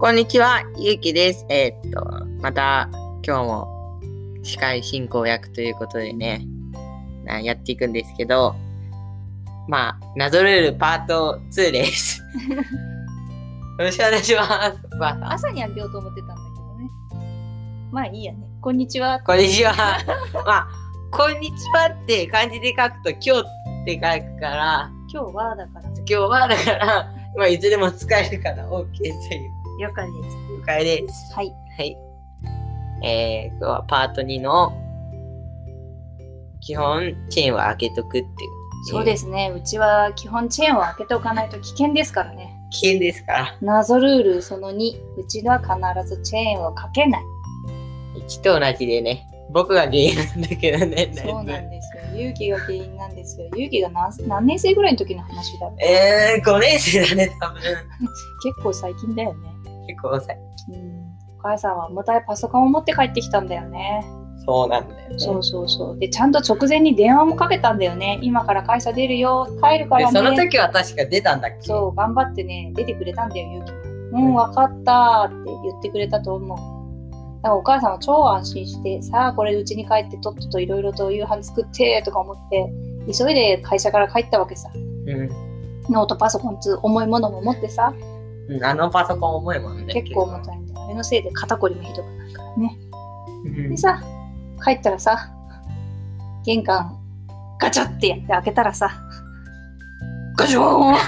こんにちは、ゆうきです。また今日も司会進行役ということでね、やっていくんですけど、謎ルールパート2です。よろしくお願いします。 朝にあげようと思ってたんだけどね。まあいいやね。こんにちは。 こんにちは。こんにちはって漢字で書くと今日って書くから、 今日はだから、 いつでも使えるから OK という。 了解です。 了解です。 はい。 はい。今日はパート2の基本チェーンを開けとくっていう。 そうですね。うちは基本チェーンを開けておかないと危険ですからね。 危険ですから。 謎ルールその2。うちは必ずチェーンをかけない。 1と同じでね。僕が原因なんだけどね。 そうなんですよ。ゆうきが原因なんですよ。ゆうきが何年生ぐらいの時の話だろう。5年生だね、多分。 結構最近だよね。 結構遅い。 お母さんは重たいパソコンを持って帰ってきたんだよね。 そうなんだよね。 そう。で、ちゃんと直前に電話もかけたんだよね。今から会社出るよ、帰るからね。 その時は確か出たんだっけ？ そう、頑張ってね、出てくれたんだよ、ゆうきも。わかったって言ってくれたと思う。だからお母さんは超安心して、さあ、これうちに帰ってとっとといろいろと夕飯作ってとか思って、急いで会社から帰ったわけさ。ノートパソコンつ重いものも持ってさ。 あのパソコン重いもんね。 結構重たいんだよ。あれのせいで肩こりもひどくなるからね。でさ、帰ったらさ、玄関ガチャってやって開けたらさ、ガチョーン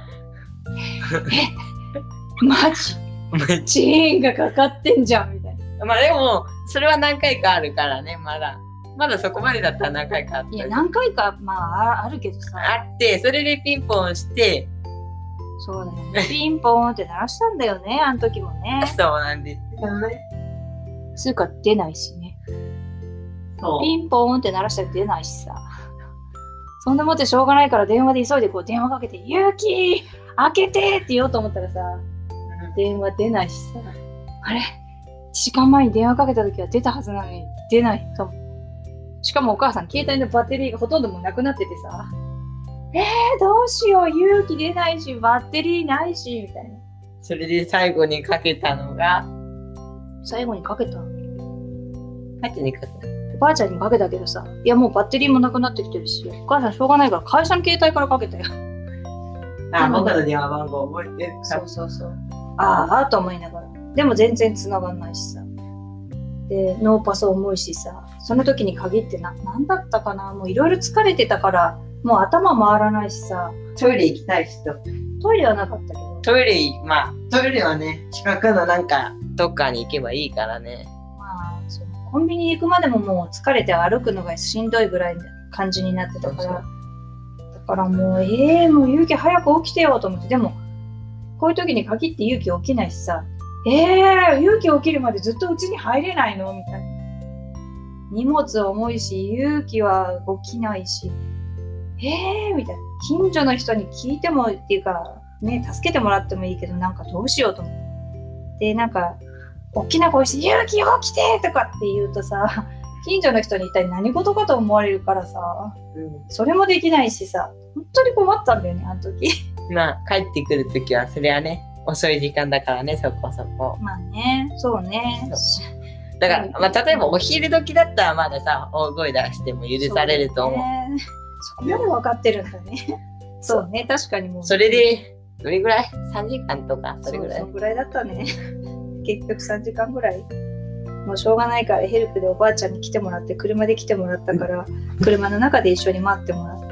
マジチェーンがかかってんじゃんみたいな。 でも、それは何回かあるからね、まだそこまでだったら何回かあった。 いや、何回か、あるけどさ。 あって、それでピンポンして、 そうだよね。ピンポンって鳴らしたんだよね、あの時もね。 そうなんですよね。 すぐ出ないしね。ピンポンって鳴らしたら出ないしさ。そんでもってしょうがないから電話で急いでこう電話かけて、ゆうき開けてって言おうと思ったらさ、電話出ないしさ。あれ ?1 時間前に電話かけた時は出たはずなのに出ないと。しかもお母さん携帯のバッテリーがほとんどもうなくなっててさ。どうしよう、勇気出ないし、バッテリーないし、みたいな。 それで最後にかけたのが、 最後にかけた？ 相手にかけた。 おばあちゃんにかけたけどさ、いやもうバッテリーもなくなってきてるし、お母さんしょうがないから会社の携帯からかけたよ。 僕の電話番号覚えてるか？ そう。と思いながら。でも全然繋がんないしさ。で、ノーパソ重いしさ、その時に限ってなんだったかな、もういろいろ疲れてたから、もう頭回らないしさ。 トイレ行きたい人。 トイレはなかったけど。 トイレはね、近くのどっかに行けばいいからね。 そう。コンビニ行くまでももう疲れて歩くのがしんどいぐらいの感じになってたから。だからもう、もう勇気早く起きてよと思って。でも、こういう時に限って勇気起きないしさ。勇気起きるまでずっと家に入れないのみたいな。荷物重いし、勇気は起きないし。みたいな。近所の人に聞いてもっていうか、ね、助けてもらってもいいけど、どうしようと思って。で、大きな声して、勇気起きてとかって言うとさ、近所の人に一体何事かと思われるからさ、それもできないしさ、本当に困ったんだよね、あの時。 帰ってくる時は、それはね、遅い時間だからね、そこそこ。 そうね。 だから、例えばお昼時だったらまださ、大声出しても許されると思う。 そこまで分かってるんだね。そうね、確かにもう。 それで、どれぐらい ?3 時間とか、それぐらい。 そのぐらいだったね。結局3時間ぐらい。もうしょうがないからヘルプでおばあちゃんに来てもらって、車で来てもらったから、車の中で一緒に待ってもらって。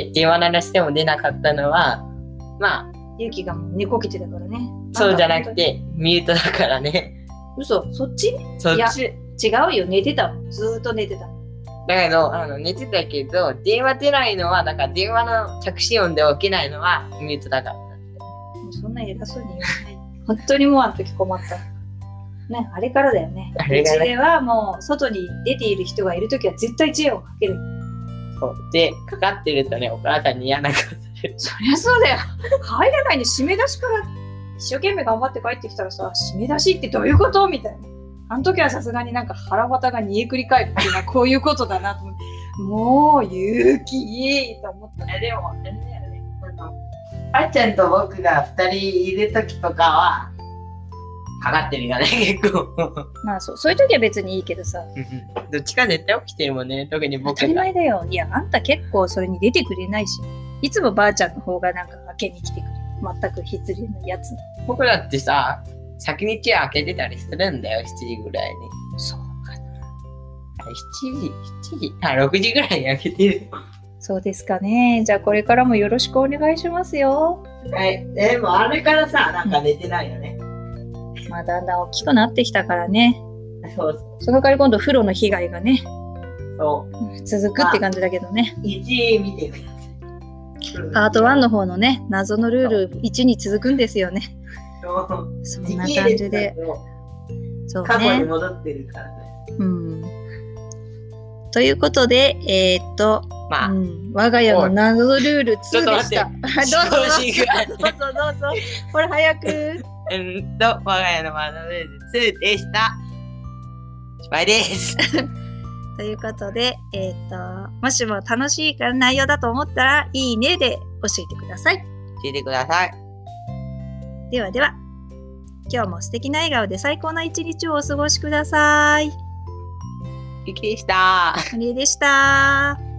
で、電話鳴らしても出なかったのは、 ゆうきがもう寝こけてたからね。 そうじゃなくて、ミュートだからね。 嘘、そっち？ そっち。 違うよ、寝てたの。ずーっと寝てたの。 だけど、寝てたけど、電話出ないのは、だから電話の着信音で起きないのはミュートだから。 もうそんな偉そうに言わない。本当にもうあの時困った。ね、あれからだよね。うちではもう、外に出ている人がいるときは絶対知恵をかける。 そうで、かかってるとね、お母さんに嫌なことする。 そりゃそうだよ。入らないで締め出しから一生懸命頑張って帰ってきたらさ、締め出しってどういうことみたいな。あの時はさすがに腹渡が煮えくり返るっていうのはこういうことだなと思って、もう勇気と思ったね。 でも、あっちゃんと僕が2人いる時とかは、 かかってるよね、結構。 まあそういう時は別にいいけどさ。 どっちか絶対起きてるもんね、特に僕が。 当たり前だよ。いや、あんた結構それに出てくれないし。いつもばあちゃんの方がなんか開けに来てくる。全く失礼なやつ。 僕だってさ、先に手開けてたりするんだよ、7時ぐらいに。 そうかな。 7時、6時ぐらいに開けてる。 そうですかね。じゃあこれからもよろしくお願いしますよ。 はい。でもあれからさ、なんか寝てないよね。 まあだんだん大きくなってきたからね。 そうそう。 その代わり今度風呂の被害がね、 そう続くって感じだけどね。 1位見てください。 パート1の方のね、謎のルール1に続くんですよね。そんな感じで。そう過去にね。 戻ってるからね。 ということで、 まあ、 我が家の謎ルール2でちょっと待ってした。どうぞどうぞ。ほら早く。 我が家の窓ルール2でした。失敗です。 ということで、もしも楽しい内容だと思ったら、いいねで教えてください。 教えてください。 ではでは、今日も素敵な笑顔で最高な一日をお過ごしください。 ゆきでした。 あれでした。